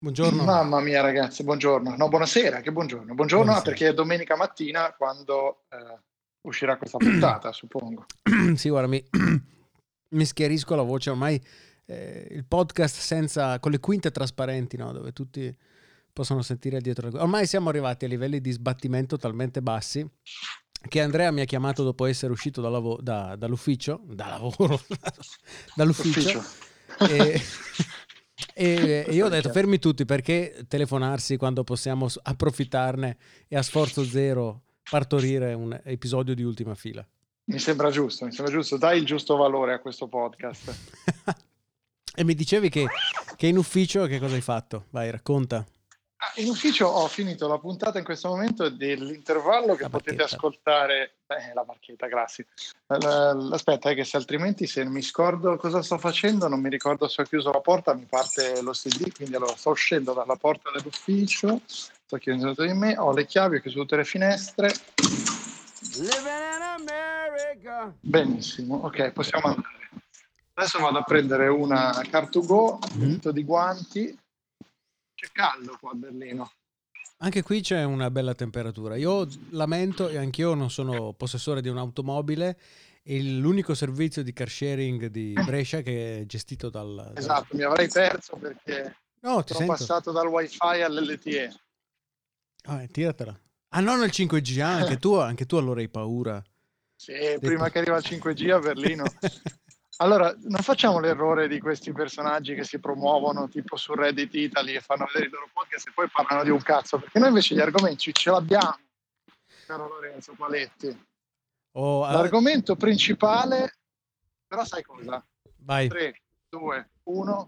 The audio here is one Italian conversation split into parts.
Buongiorno, Mamma mia ragazzi, buongiorno. No, buonasera, che buongiorno. Buongiorno, buonasera. perché è domenica mattina quando uscirà questa puntata, suppongo. Sì, guarda, mi schiarisco la voce ormai. Il podcast senza, con le quinte trasparenti, no? Dove tutti possono sentire dietro ormai siamo arrivati a livelli di sbattimento talmente bassi che Andrea mi ha chiamato dopo essere uscito dall'ufficio, da lavoro, dall'ufficio, Ufficio. e, e io Questo ho mi detto piace. fermi tutti, perché telefonarsi quando possiamo approfittarne e a sforzo zero partorire un episodio di Ultima Fila. Mi sembra giusto, mi sembra giusto. Dai il giusto valore a questo podcast. E mi dicevi che in ufficio che cosa hai fatto? Vai, racconta. In ufficio ho finito la puntata in questo momento dell'intervallo che La potete barchetta. ascoltare. La marchetta, grazie. Aspetta, che se altrimenti se mi scordo cosa sto facendo, non mi ricordo se ho chiuso la porta, mi parte lo CD, quindi allora sto uscendo dalla porta dell'ufficio, sto chiudendo di me, ho le chiavi, ho chiuso tutte le finestre. Living in America. Benissimo, ok, possiamo andare. Adesso vado a prendere una Car2Go, mi Mhm. metto di guanti. C'è caldo qua a Berlino. Anche qui c'è una bella temperatura. Io lamento, e anch'io non sono possessore di un'automobile, e l'unico servizio di car sharing di Brescia che è gestito Esatto, mi avrei perso perché No, ti sono sento. passato dal wifi all'LTE. Tiratela. Ah, non il 5G, anche tu allora hai paura. Sì, Dei prima po- che arriva il 5G a Berlino. Allora, non facciamo l'errore di questi personaggi che si promuovono tipo su Reddit Italy e fanno vedere i loro podcast e poi parlano di un cazzo, perché noi invece gli argomenti ce l'abbiamo, caro Lorenzo Paletti. Oh, L'argomento principale, però sai cosa? vai. 3, 2, 1.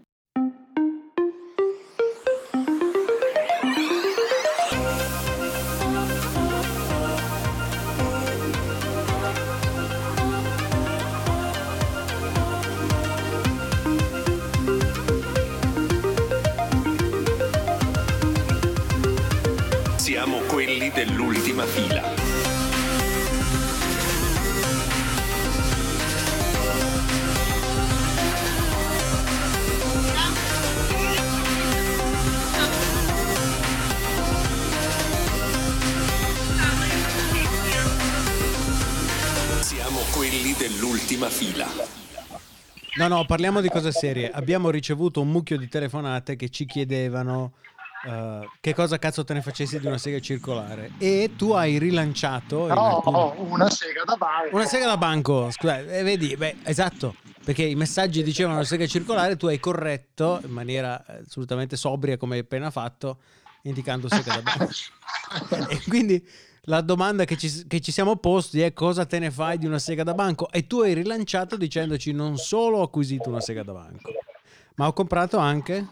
Siamo quelli dell'ultima fila. Siamo quelli dell'ultima fila. No, parliamo di cose serie. Abbiamo ricevuto un mucchio di telefonate che ci chiedevano che cosa cazzo te ne facessi di una sega circolare. E tu hai rilanciato in alcuni... No, una sega da Una banco. sega da banco, scusa, vedi, beh, esatto, perché i messaggi dicevano sega circolare, tu hai corretto in maniera assolutamente sobria, come hai appena fatto, indicando sega da banco. E quindi la domanda che ci siamo posti è: cosa te ne fai di una sega da banco? E tu hai rilanciato dicendoci: non solo ho acquisito una sega da banco, ma ho comprato anche...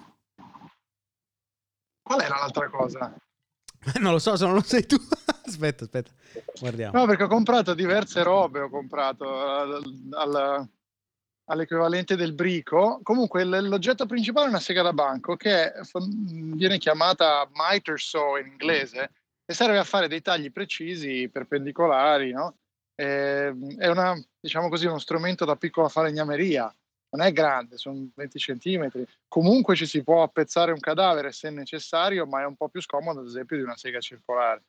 Qual era l'altra cosa? Non lo so, se non lo sai tu. Aspetta, guardiamo. No, perché ho comprato diverse robe, ho comprato all'equivalente del brico. Comunque l'oggetto principale è una sega da banco che viene chiamata miter saw in inglese e serve a fare dei tagli precisi perpendicolari, no? È una, diciamo così, uno strumento da piccola falegnameria. Non è grande, sono 20 centimetri. Comunque ci si può appezzare un cadavere se necessario, ma è un po' più scomodo, ad esempio, di una sega circolare.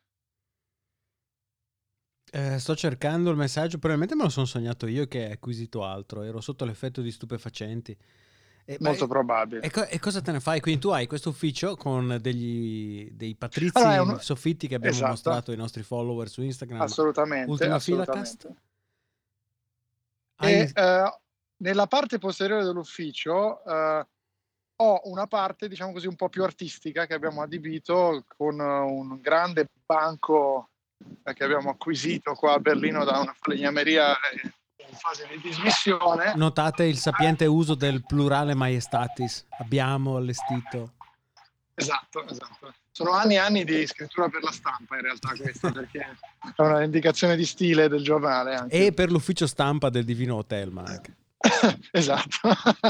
Sto cercando il messaggio, probabilmente me lo sono sognato io che hai acquisito altro, ero sotto l'effetto di stupefacenti. Molto probabile. E cosa te ne fai? Quindi tu hai questo ufficio con dei Allora, patrizi soffitti che abbiamo esatto, mostrato ai nostri follower su Instagram. assolutamente, Ultima fila cast? assolutamente. Hai... E nella parte posteriore dell'ufficio ho una parte, diciamo così, un po' più artistica che abbiamo adibito con un grande banco che abbiamo acquisito qua a Berlino da una falegnameria in fase di dismissione. Notate il sapiente uso del plurale maiestatis. Abbiamo allestito. Esatto. Sono anni e anni di scrittura per la stampa in realtà questa, perché è una indicazione di stile del giornale anche. E per l'ufficio stampa del Divino Hotel, ma anche. Esatto.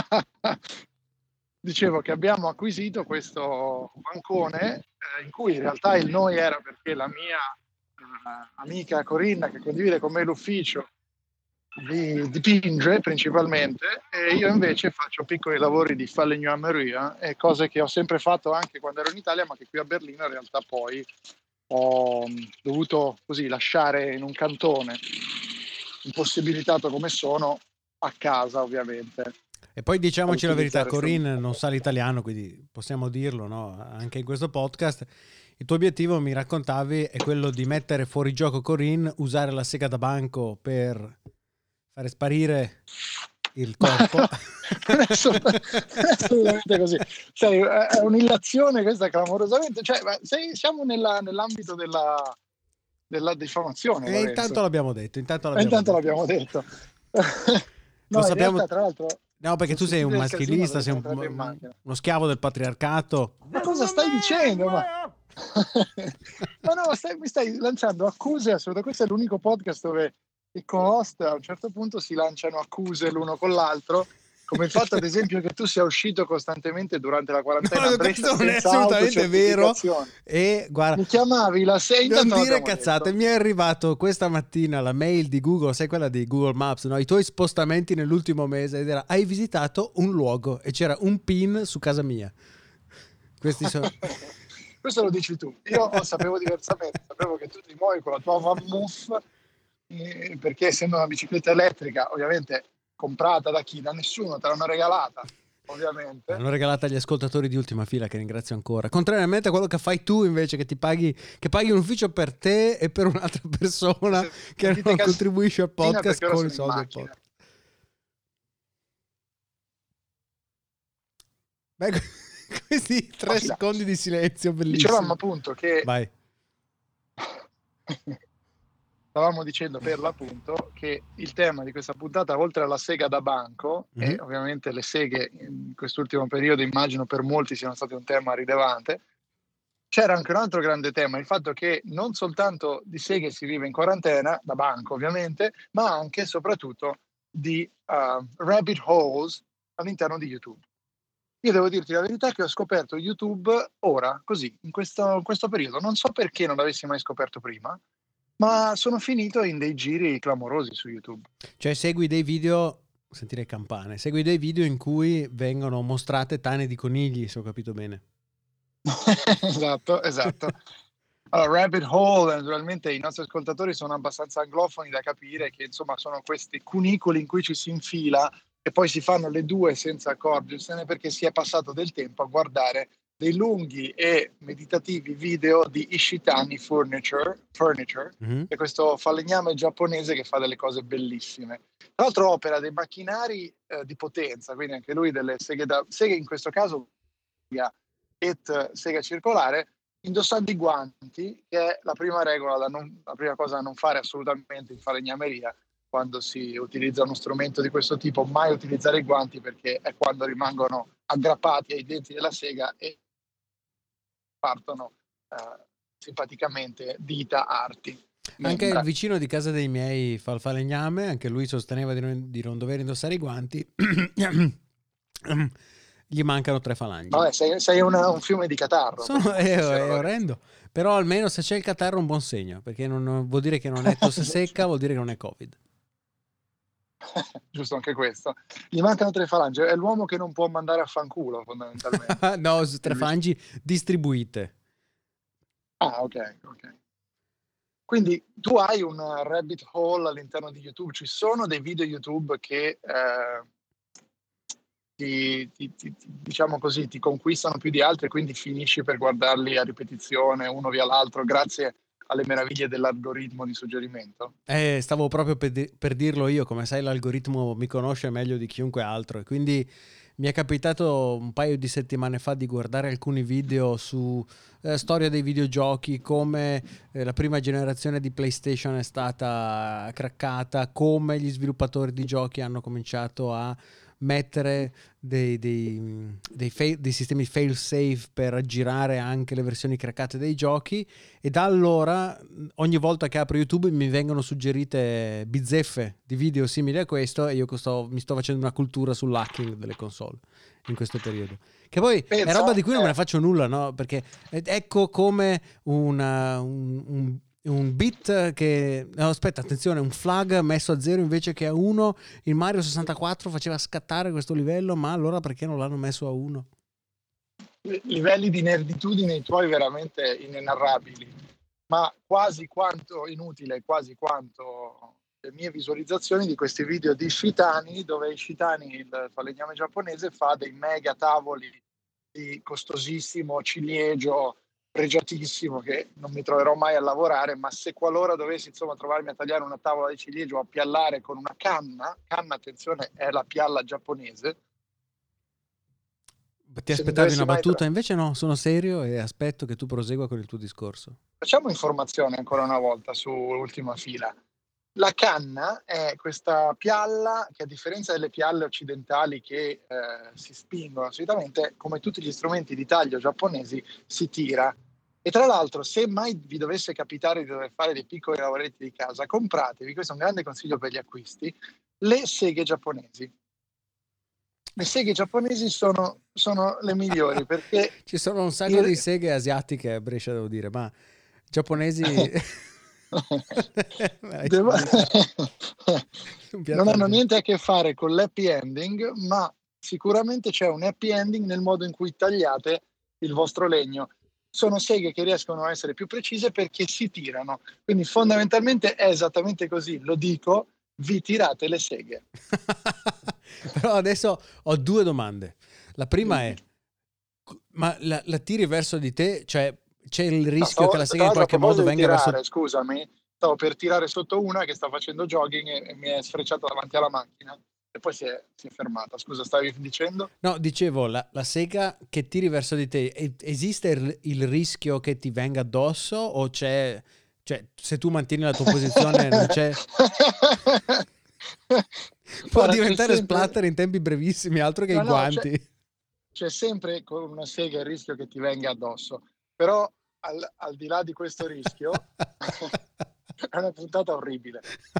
Dicevo che abbiamo acquisito questo bancone in cui in realtà il noi era perché la mia amica Corinna, che condivide con me l'ufficio, dipinge principalmente, e io invece faccio piccoli lavori di falegnameria e cose che ho sempre fatto anche quando ero in Italia, ma che qui a Berlino in realtà poi ho dovuto così lasciare in un cantone, impossibilitato come sono, a casa ovviamente. E poi diciamoci la verità, Utilizzare Corinne non sa l'italiano, quindi possiamo dirlo, no? Anche in questo podcast. Il tuo obiettivo, mi raccontavi, è quello di mettere fuori gioco Corinne, usare la sega da banco per fare sparire il corpo. Non è assolutamente così. Sai, è un'illazione questa clamorosamente. Cioè, siamo nell'ambito della diffamazione. E intanto l'abbiamo detto. L'abbiamo detto. Lo No, sappiamo. Realtà, tra l'altro, No, perché tu sei un maschilista, sei uno schiavo del patriarcato. Ma cosa stai dicendo? Ma no, mi stai lanciando accuse assurde. Questo è l'unico podcast dove i co-host a un certo punto si lanciano accuse l'uno con l'altro, come il fatto ad esempio che tu sia uscito costantemente durante la quarantena. No, questo non è assolutamente vero. E guarda, mi chiamavi la 6. Non dire cazzate, mi è arrivato questa mattina la mail di Google, sai quella di Google Maps, no? I tuoi spostamenti nell'ultimo mese, ed era: hai visitato un luogo, e c'era un pin su casa mia. Questi sono... Questo lo dici tu, io sapevo diversamente, sapevo che tu ti muovi con la tua Van Moof, perché essendo una bicicletta elettrica, ovviamente comprata da chi? Da nessuno, te l'hanno regalata, ovviamente. L'hanno regalata agli ascoltatori di Ultima Fila, che ringrazio ancora. Contrariamente a quello che fai tu invece, che paghi un ufficio per te e per un'altra persona che non contribuisce al podcast con i soldi del podcast. Beh, questi 3 secondi di silenzio bellissimo. Dicevamo appunto che... Vai. Stavamo dicendo per l'appunto che il tema di questa puntata, oltre alla sega da banco, e ovviamente le seghe in quest'ultimo periodo immagino per molti siano state un tema rilevante, c'era anche un altro grande tema, il fatto che non soltanto di seghe si vive in quarantena, da banco ovviamente, ma anche e soprattutto di rabbit holes all'interno di YouTube. Io devo dirti la verità che ho scoperto YouTube ora, così, in questo periodo. Non so perché non l'avessi mai scoperto prima, ma sono finito in dei giri clamorosi su YouTube. Cioè segui dei video, sentire campane, segui dei video in cui vengono mostrate tane di conigli, se ho capito bene. Esatto. Allora, rabbit hole, naturalmente i nostri ascoltatori sono abbastanza anglofoni da capire che insomma sono questi cunicoli in cui ci si infila e poi si fanno le due senza accorgersene, perché si è passato del tempo a guardare dei lunghi e meditativi video di Ishitani Furniture, che è questo falegname giapponese che fa delle cose bellissime. Tra l'altro opera dei macchinari di potenza, quindi anche lui delle seghe in questo caso sega circolare, indossando i guanti, che è la prima regola, la prima cosa da non fare assolutamente in falegnameria. Quando si utilizza uno strumento di questo tipo, mai utilizzare i guanti, perché è quando rimangono aggrappati ai denti della sega e partono simpaticamente dita, arti. Anche il vicino di casa dei miei fa il falegname, anche lui sosteneva di non dover indossare i guanti. Gli mancano 3 falangi. Vabbè, sei un fiume di catarro. È orrendo. Però almeno se c'è il catarro è un buon segno, perché non vuol dire che non è tosse secca, vuol dire che non è Covid. Giusto anche questo. Gli mancano 3 falangi, è l'uomo che non può mandare a fanculo fondamentalmente. No, 3 falangi distribuite. Ah, ok. Quindi tu hai un rabbit hole all'interno di YouTube, ci sono dei video YouTube che diciamo così, ti conquistano più di altri, quindi finisci per guardarli a ripetizione uno via l'altro grazie alle meraviglie dell'algoritmo di suggerimento. Stavo proprio per dirlo io, come sai l'algoritmo mi conosce meglio di chiunque altro, e quindi mi è capitato un paio di settimane fa di guardare alcuni video su storia dei videogiochi, come la prima generazione di PlayStation è stata craccata, come gli sviluppatori di giochi hanno cominciato a mettere dei sistemi fail safe per aggirare anche le versioni craccate dei giochi, e da allora ogni volta che apro YouTube mi vengono suggerite bizzeffe di video simili a questo, e io mi sto facendo una cultura sull'hacking delle console in questo periodo, che poi è roba di cui non me ne faccio nulla, no? Perché ecco come un un bit che... No, aspetta, attenzione, un flag messo a 0 invece che a 1. Il Mario 64 faceva scattare questo livello, ma allora perché non l'hanno messo a 1? Livelli di nerditudine i tuoi veramente inenarrabili, ma quasi quanto inutile, quasi quanto le mie visualizzazioni di questi video di Shitani, dove Shitani, il falegname giapponese, fa dei mega tavoli di costosissimo ciliegio pregiatissimo che non mi troverò mai a lavorare, ma se qualora dovessi insomma trovarmi a tagliare una tavola di ciliegio o a piallare con una canna, attenzione, è la pialla giapponese. Ti aspettavi una battuta, invece no, sono serio e aspetto che tu prosegua con il tuo discorso. Facciamo informazione ancora una volta su Ultima Fila. La canna è questa pialla che, a differenza delle pialle occidentali che si spingono solitamente, come tutti gli strumenti di taglio giapponesi, si tira. E tra l'altro, se mai vi dovesse capitare di dover fare dei piccoli lavoretti di casa, compratevi, questo è un grande consiglio per gli acquisti, le seghe giapponesi. Le seghe giapponesi sono le migliori perché ci sono un sacco di seghe asiatiche a Brescia, devo dire, ma giapponesi non hanno niente a che fare con l'happy ending, ma sicuramente c'è un happy ending nel modo in cui tagliate il vostro legno. Sono seghe che riescono a essere più precise perché si tirano, quindi fondamentalmente è esattamente così, lo dico, vi tirate le seghe. Però adesso ho due domande. La prima è, ma la tiri verso di te? Cioè c'è il rischio che la sega in qualche modo venga verso... Scusami, stavo per tirare sotto una che sta facendo jogging e mi è sfrecciata davanti alla macchina e poi si è fermata. Scusa, stavi dicendo? No, dicevo, la sega che tiri verso di te, esiste il rischio che ti venga addosso o c'è... Cioè, se tu mantieni la tua posizione non c'è... Può diventare splatter in tempi brevissimi, altro che i guanti. C'è sempre con una sega il rischio che ti venga addosso, però al di là di questo rischio è una puntata orribile.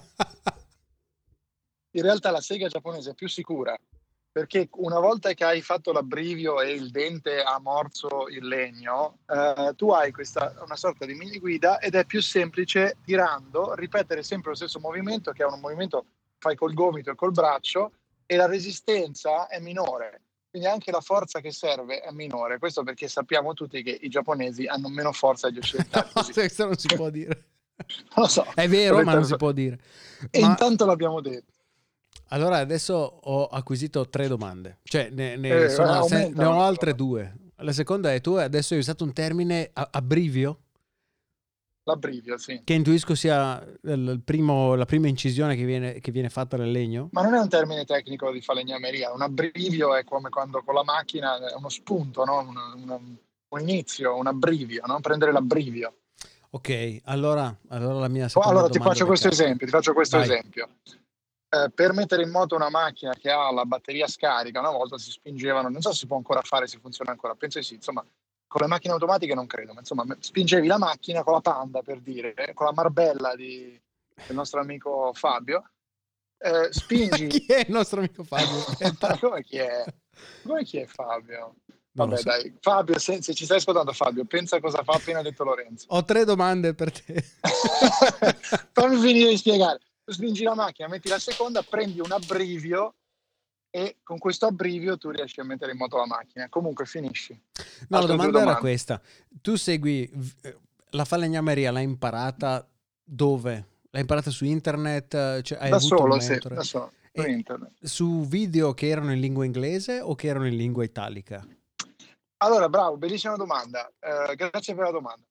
In realtà la sega giapponese è più sicura perché una volta che hai fatto l'abbrivio e il dente ha morso il legno, tu hai una sorta di mini guida ed è più semplice tirando ripetere sempre lo stesso movimento, che è un movimento fai col gomito e col braccio, e la resistenza è minore, quindi anche la forza che serve è minore. Questo perché sappiamo tutti che i giapponesi hanno meno forza degli occidentali. Questo non si può dire. Non lo so. È vero, ma non si può dire. E intanto l'abbiamo detto. Allora adesso ho acquisito 3 domande, cioè ne ho altre 2. La seconda è, tu adesso hai usato un termine abbrivio? L'abbrivio, sì. Che intuisco sia la prima incisione che viene fatta nel legno? Ma non è un termine tecnico di falegnameria. Un abbrivio è come quando con la macchina è uno spunto, no? un inizio, un abbrivio, no? Prendere l'abbrivio. Ok, allora la mia seconda domanda... Ti faccio questo esempio. Per mettere in moto una macchina che ha la batteria scarica, una volta si spingevano, non so se si può ancora fare, se funziona ancora, penso di sì, insomma, con le macchine automatiche non credo, ma insomma spingevi la macchina con la Panda, per dire, con la Marbella del nostro amico Fabio, spingi... Chi è il nostro amico Fabio? Come chi è Fabio? Vabbè, so. Dai, Fabio, se ci stai ascoltando, Fabio, pensa cosa fa appena detto Lorenzo. Ho 3 domande per te. Fammi finire di spiegare. Tu spingi la macchina, metti la seconda, prendi un abbrivio e con questo abbrivio tu riesci a mettere in moto la macchina. Comunque finisci. No, la domanda era questa. Tu segui la falegnameria, l'hai imparata dove? L'hai imparata su internet? Cioè, hai avuto un mentore? Da solo, su internet. Su video che erano in lingua inglese o che erano in lingua italica? Allora, bravo, bellissima domanda. Grazie per la domanda.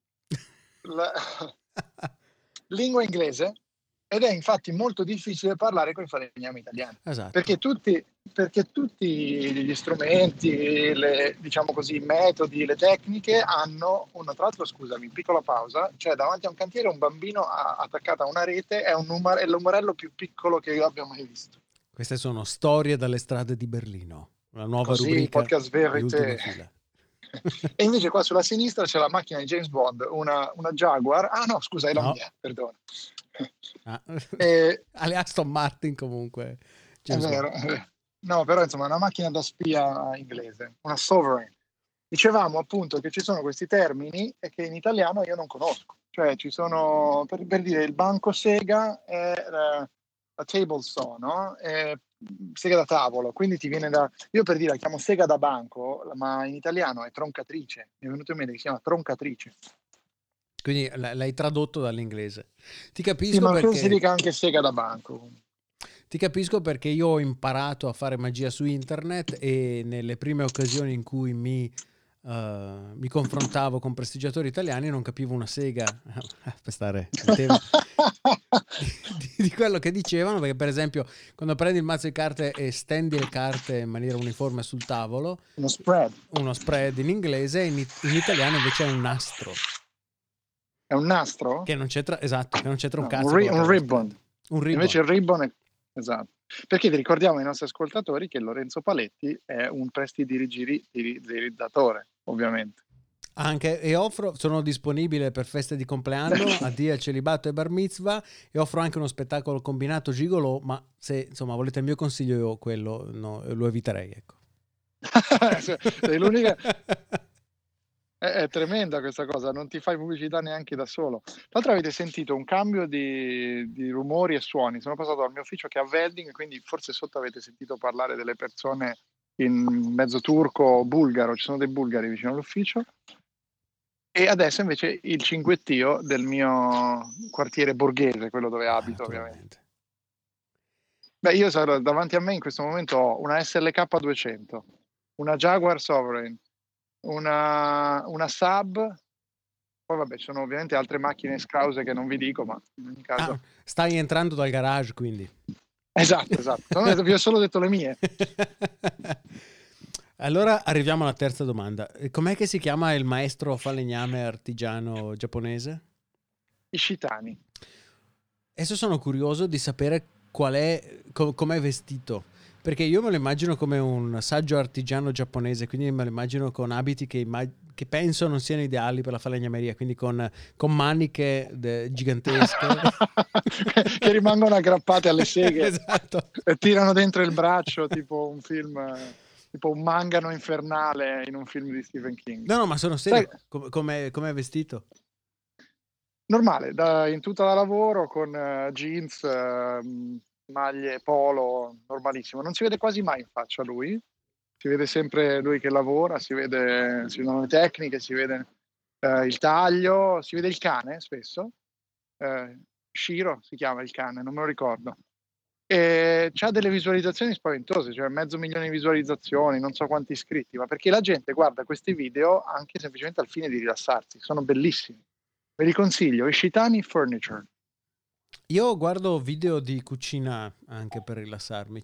Lingua inglese. Ed è infatti molto difficile parlare con i falegnami italiani. Esatto. Perché tutti gli strumenti, diciamo così, i metodi, le tecniche hanno tra l'altro, scusami, piccola pausa, cioè davanti a un cantiere un bambino attaccato a una rete è l'umarello più piccolo che io abbia mai visto. Queste sono storie dalle strade di Berlino, una nuova rubrica podcast Verite. Fila. E invece qua sulla sinistra c'è la macchina di James Bond, una Jaguar. Ah no, scusa, è la mia, perdona. Alle Aston Martin comunque. È vero. No, però insomma è una macchina da spia inglese, una Sovereign. Dicevamo appunto che ci sono questi termini e che in italiano io non conosco. Cioè ci sono, per dire, il banco Sega è la table saw, no? È sega da tavolo, quindi ti viene da... Io per dire la chiamo sega da banco, ma in italiano è troncatrice. Mi è venuto in mente che si chiama troncatrice. Quindi l'hai tradotto dall'inglese. Ti Sì, capisco ma credo si perché... dica anche sega da banco. Ti capisco perché io ho imparato a fare magia su internet e nelle prime occasioni in cui mi confrontavo con prestigiatori italiani non capivo una sega per stare al tema di quello che dicevano, perché per esempio quando prendi il mazzo di carte e stendi le carte in maniera uniforme sul tavolo, Uno spread in inglese, in italiano invece è un nastro. È un nastro? Che non c'entra, esatto, che non c'entra un No, cazzo un ribbon. Un ribbon. Invece il ribbon è... Esatto. Perché vi ricordiamo ai nostri ascoltatori che Lorenzo Paletti è un prestidigirizzatore, ovviamente. Anche, e sono disponibile per feste di compleanno, addio al celibato e bar mitzvah, e offro anche uno spettacolo combinato gigolò, ma se insomma volete il mio consiglio io quello lo eviterei, ecco. Sei l'unica... È tremenda questa cosa, non ti fai pubblicità neanche da solo. Tra l'altro avete sentito un cambio di rumori e suoni. Sono passato dal mio ufficio che è a Wedding, quindi forse sotto avete sentito parlare delle persone in mezzo turco o bulgaro, ci sono dei bulgari vicino all'ufficio. E adesso invece il cinguettio del mio quartiere borghese, quello dove abito ovviamente. Beh, io sarò davanti a me in questo momento ho una SLK 200, una Jaguar Sovereign, una Saab, poi vabbè ci sono ovviamente altre macchine scrause che non vi dico, ma in ogni caso... stai entrando dal garage quindi. Esatto, vi ho solo detto le mie. Allora arriviamo alla terza domanda. Com'è che si chiama il maestro falegname artigiano giapponese? Ishitani. Adesso sono curioso di sapere qual è, com'è vestito. Perché io me lo immagino come un saggio artigiano giapponese, quindi me lo immagino con abiti che penso non siano ideali per la falegnameria, quindi con maniche gigantesche. che rimangono aggrappate alle seghe. Esatto. E tirano dentro il braccio, tipo un film, tipo un mangano infernale in un film di Stephen King. No, ma sono serio. Com'è vestito? Normale, in tuta da lavoro, con jeans... maglie, polo, normalissimo. Non si vede quasi mai in faccia lui, si vede sempre lui che lavora, si vedono le tecniche, si vede il taglio, si vede il cane spesso, Shiro si chiama il cane, non me lo ricordo, e c'ha delle visualizzazioni spaventose, cioè 500.000 di visualizzazioni, non so quanti iscritti, ma perché la gente guarda questi video anche semplicemente al fine di rilassarsi, sono bellissimi, ve li consiglio. Ishitani Furniture. Io guardo video di cucina anche per rilassarmi.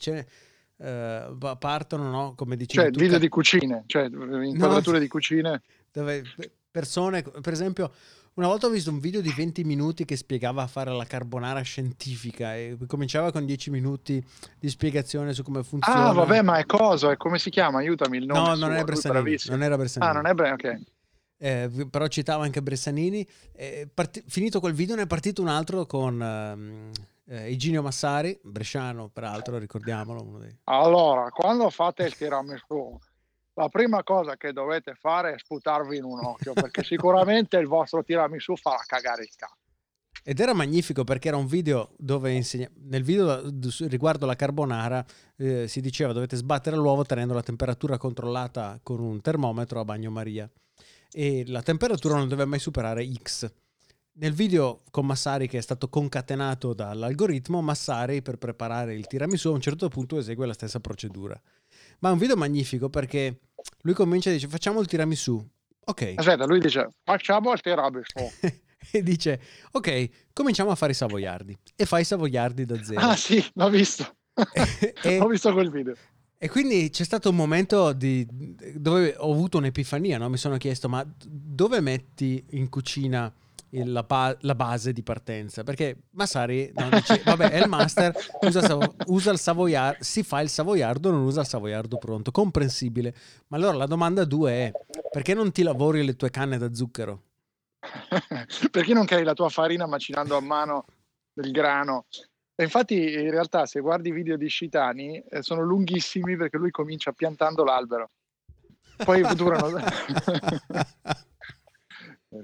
Partono, no? Come dicevi cioè tu, video di cucine, cioè inquadrature di cucine. Dove persone, per esempio, una volta ho visto un video di 20 minuti che spiegava a fare la carbonara scientifica e cominciava con 10 minuti di spiegazione su come funziona. Ah, vabbè, ma è come si chiama? Aiutami il nome. No, non è Bressanini. Non era Bressanini. Ah, non è ok. Però citava anche Bressanini. Finito quel video ne è partito un altro con Iginio Massari, bresciano peraltro, ricordiamolo. Uno dei... Allora, quando fate il tiramisù, la prima cosa che dovete fare è sputarvi in un occhio, perché sicuramente il vostro tiramisù farà cagare il cazzo. Ed era magnifico perché era un video dove nel video riguardo la carbonara si diceva dovete sbattere l'uovo tenendo la temperatura controllata con un termometro a bagnomaria. E la temperatura non deve mai superare X. Nel video con Massari, che è stato concatenato dall'algoritmo, Massari per preparare il tiramisù a un certo punto esegue la stessa procedura. Ma è un video magnifico perché lui comincia e dice facciamo il tiramisù. Ok. Aspetta, lui dice facciamo il tiramisù. E dice ok, cominciamo a fare i savoiardi. E fa i savoiardi da zero. Ah sì, l'ho visto. Ho visto quel video. E quindi c'è stato un momento dove ho avuto un'epifania, no? Mi sono chiesto, ma dove metti in cucina la base di partenza? Perché Massari dice, vabbè, è il master, usa il savoiardo, si fa il savoiardo, non usa il savoiardo pronto, comprensibile. Ma allora la domanda 2 è, perché non ti lavori le tue canne da zucchero? Perché non crei la tua farina macinando a mano del grano? E infatti in realtà se guardi i video di Ishitani sono lunghissimi perché lui comincia piantando l'albero, poi durano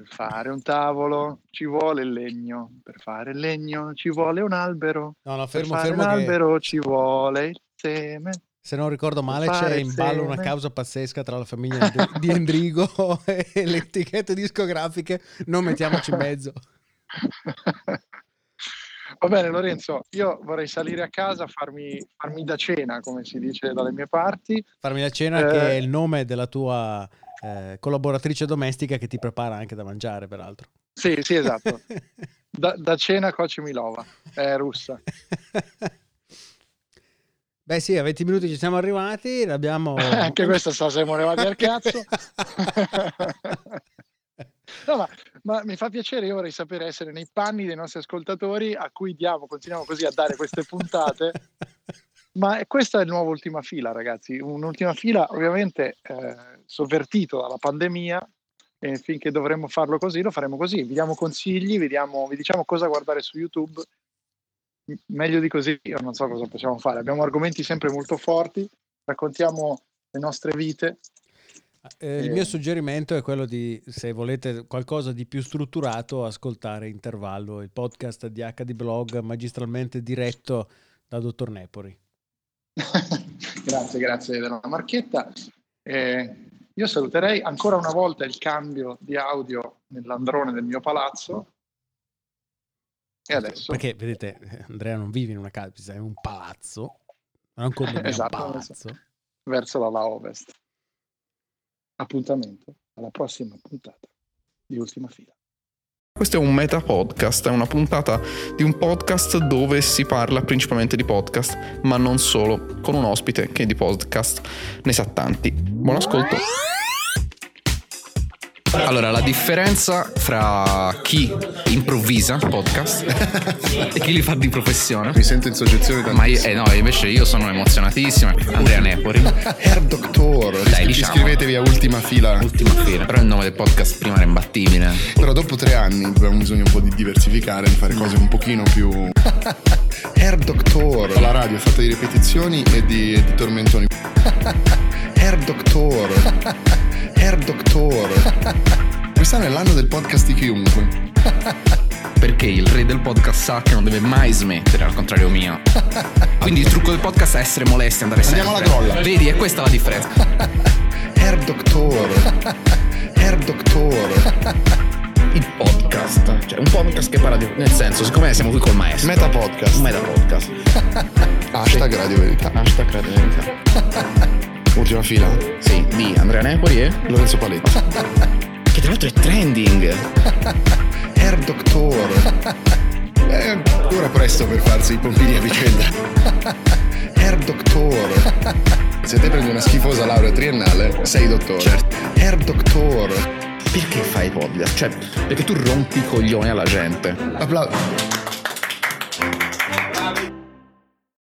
Per fare un tavolo ci vuole il legno, per fare il legno ci vuole un albero, No, per fermo, fare fermo un che albero ci vuole il seme. se non ricordo male fare c'è in ballo una seme. causa pazzesca tra la famiglia di Endrigo e le etichette discografiche. Non mettiamoci in mezzo. Va bene Lorenzo, io vorrei salire a casa, farmi da cena, come si dice dalle mie parti. Farmi la cena, che è il nome della tua collaboratrice domestica che ti prepara anche da mangiare, peraltro. Sì, esatto. Da cena Coci Milova, è russa. Beh sì, a 20 minuti ci siamo arrivati, l'abbiamo... Anche questa siamo arrivati al cazzo. No, ma mi fa piacere, io vorrei sapere, essere nei panni dei nostri ascoltatori a cui continuiamo così a dare queste puntate. Ma questa è il nuovo Ultima Fila, ragazzi. Un'ultima fila ovviamente sovvertito dalla pandemia, e finché dovremmo farlo così, lo faremo così. Vi diamo consigli, vi diciamo cosa guardare su YouTube. Meglio di così io non so cosa possiamo fare. Abbiamo argomenti sempre molto forti, raccontiamo le nostre vite. Il mio suggerimento è quello di, se volete qualcosa di più strutturato, ascoltare Intervallo, il podcast di HD Blog magistralmente diretto da Dottor Nepori. Grazie della marchetta. Io saluterei ancora una volta il cambio di audio nell'androne del mio palazzo. E adesso, perché vedete, Andrea non vive in una casa, è un palazzo, non come esatto, un palazzo verso l'ala ovest. Appuntamento alla prossima puntata di Ultima Fila. Questo è un meta podcast, è una puntata di un podcast dove si parla principalmente di podcast, ma non solo, con un ospite che di podcast ne sa tanti. Buon ascolto. Allora, la differenza fra chi improvvisa podcast e chi li fa di professione. Mi sento in soggezione da Ma invece io sono emozionatissimo. Andrea Nepori. Hair Doctor. Dai, diciamo. Iscrivetevi a Ultima Fila. Però il nome del podcast prima era imbattibile. Però dopo 3 anni abbiamo bisogno un po' di diversificare, di fare cose un pochino più... Hair Doctor. La radio è fatta di ripetizioni e di tormentoni. Hair Doctor. Hair Doctor. Quest'anno è l'anno del podcast di chiunque. Perché il re del podcast sa che non deve mai smettere, al contrario mio. Quindi il trucco del podcast è essere molesti, andare sempre. Andiamo alla grolla. Vedi, è questa la differenza. Hair Doctor. Hair Doctor. Il podcast, cioè un podcast che parla di... Nel senso, siccome siamo qui col maestro. Meta podcast. Un meta podcast. Hashtag Radio Verità. Hashtag Radio Verità. Ultima Fila. Sì, di Andrea Nepori e Lorenzo Paletti. che tra l'altro è trending. Hair Doctor. È ancora presto per farsi i pompini a vicenda. Hair Doctor. Se te prendi una schifosa laurea triennale, sei dottore. Certo. Hair Doctor. Perché fai podcast? Cioè, perché tu rompi i coglioni alla gente. Applauso.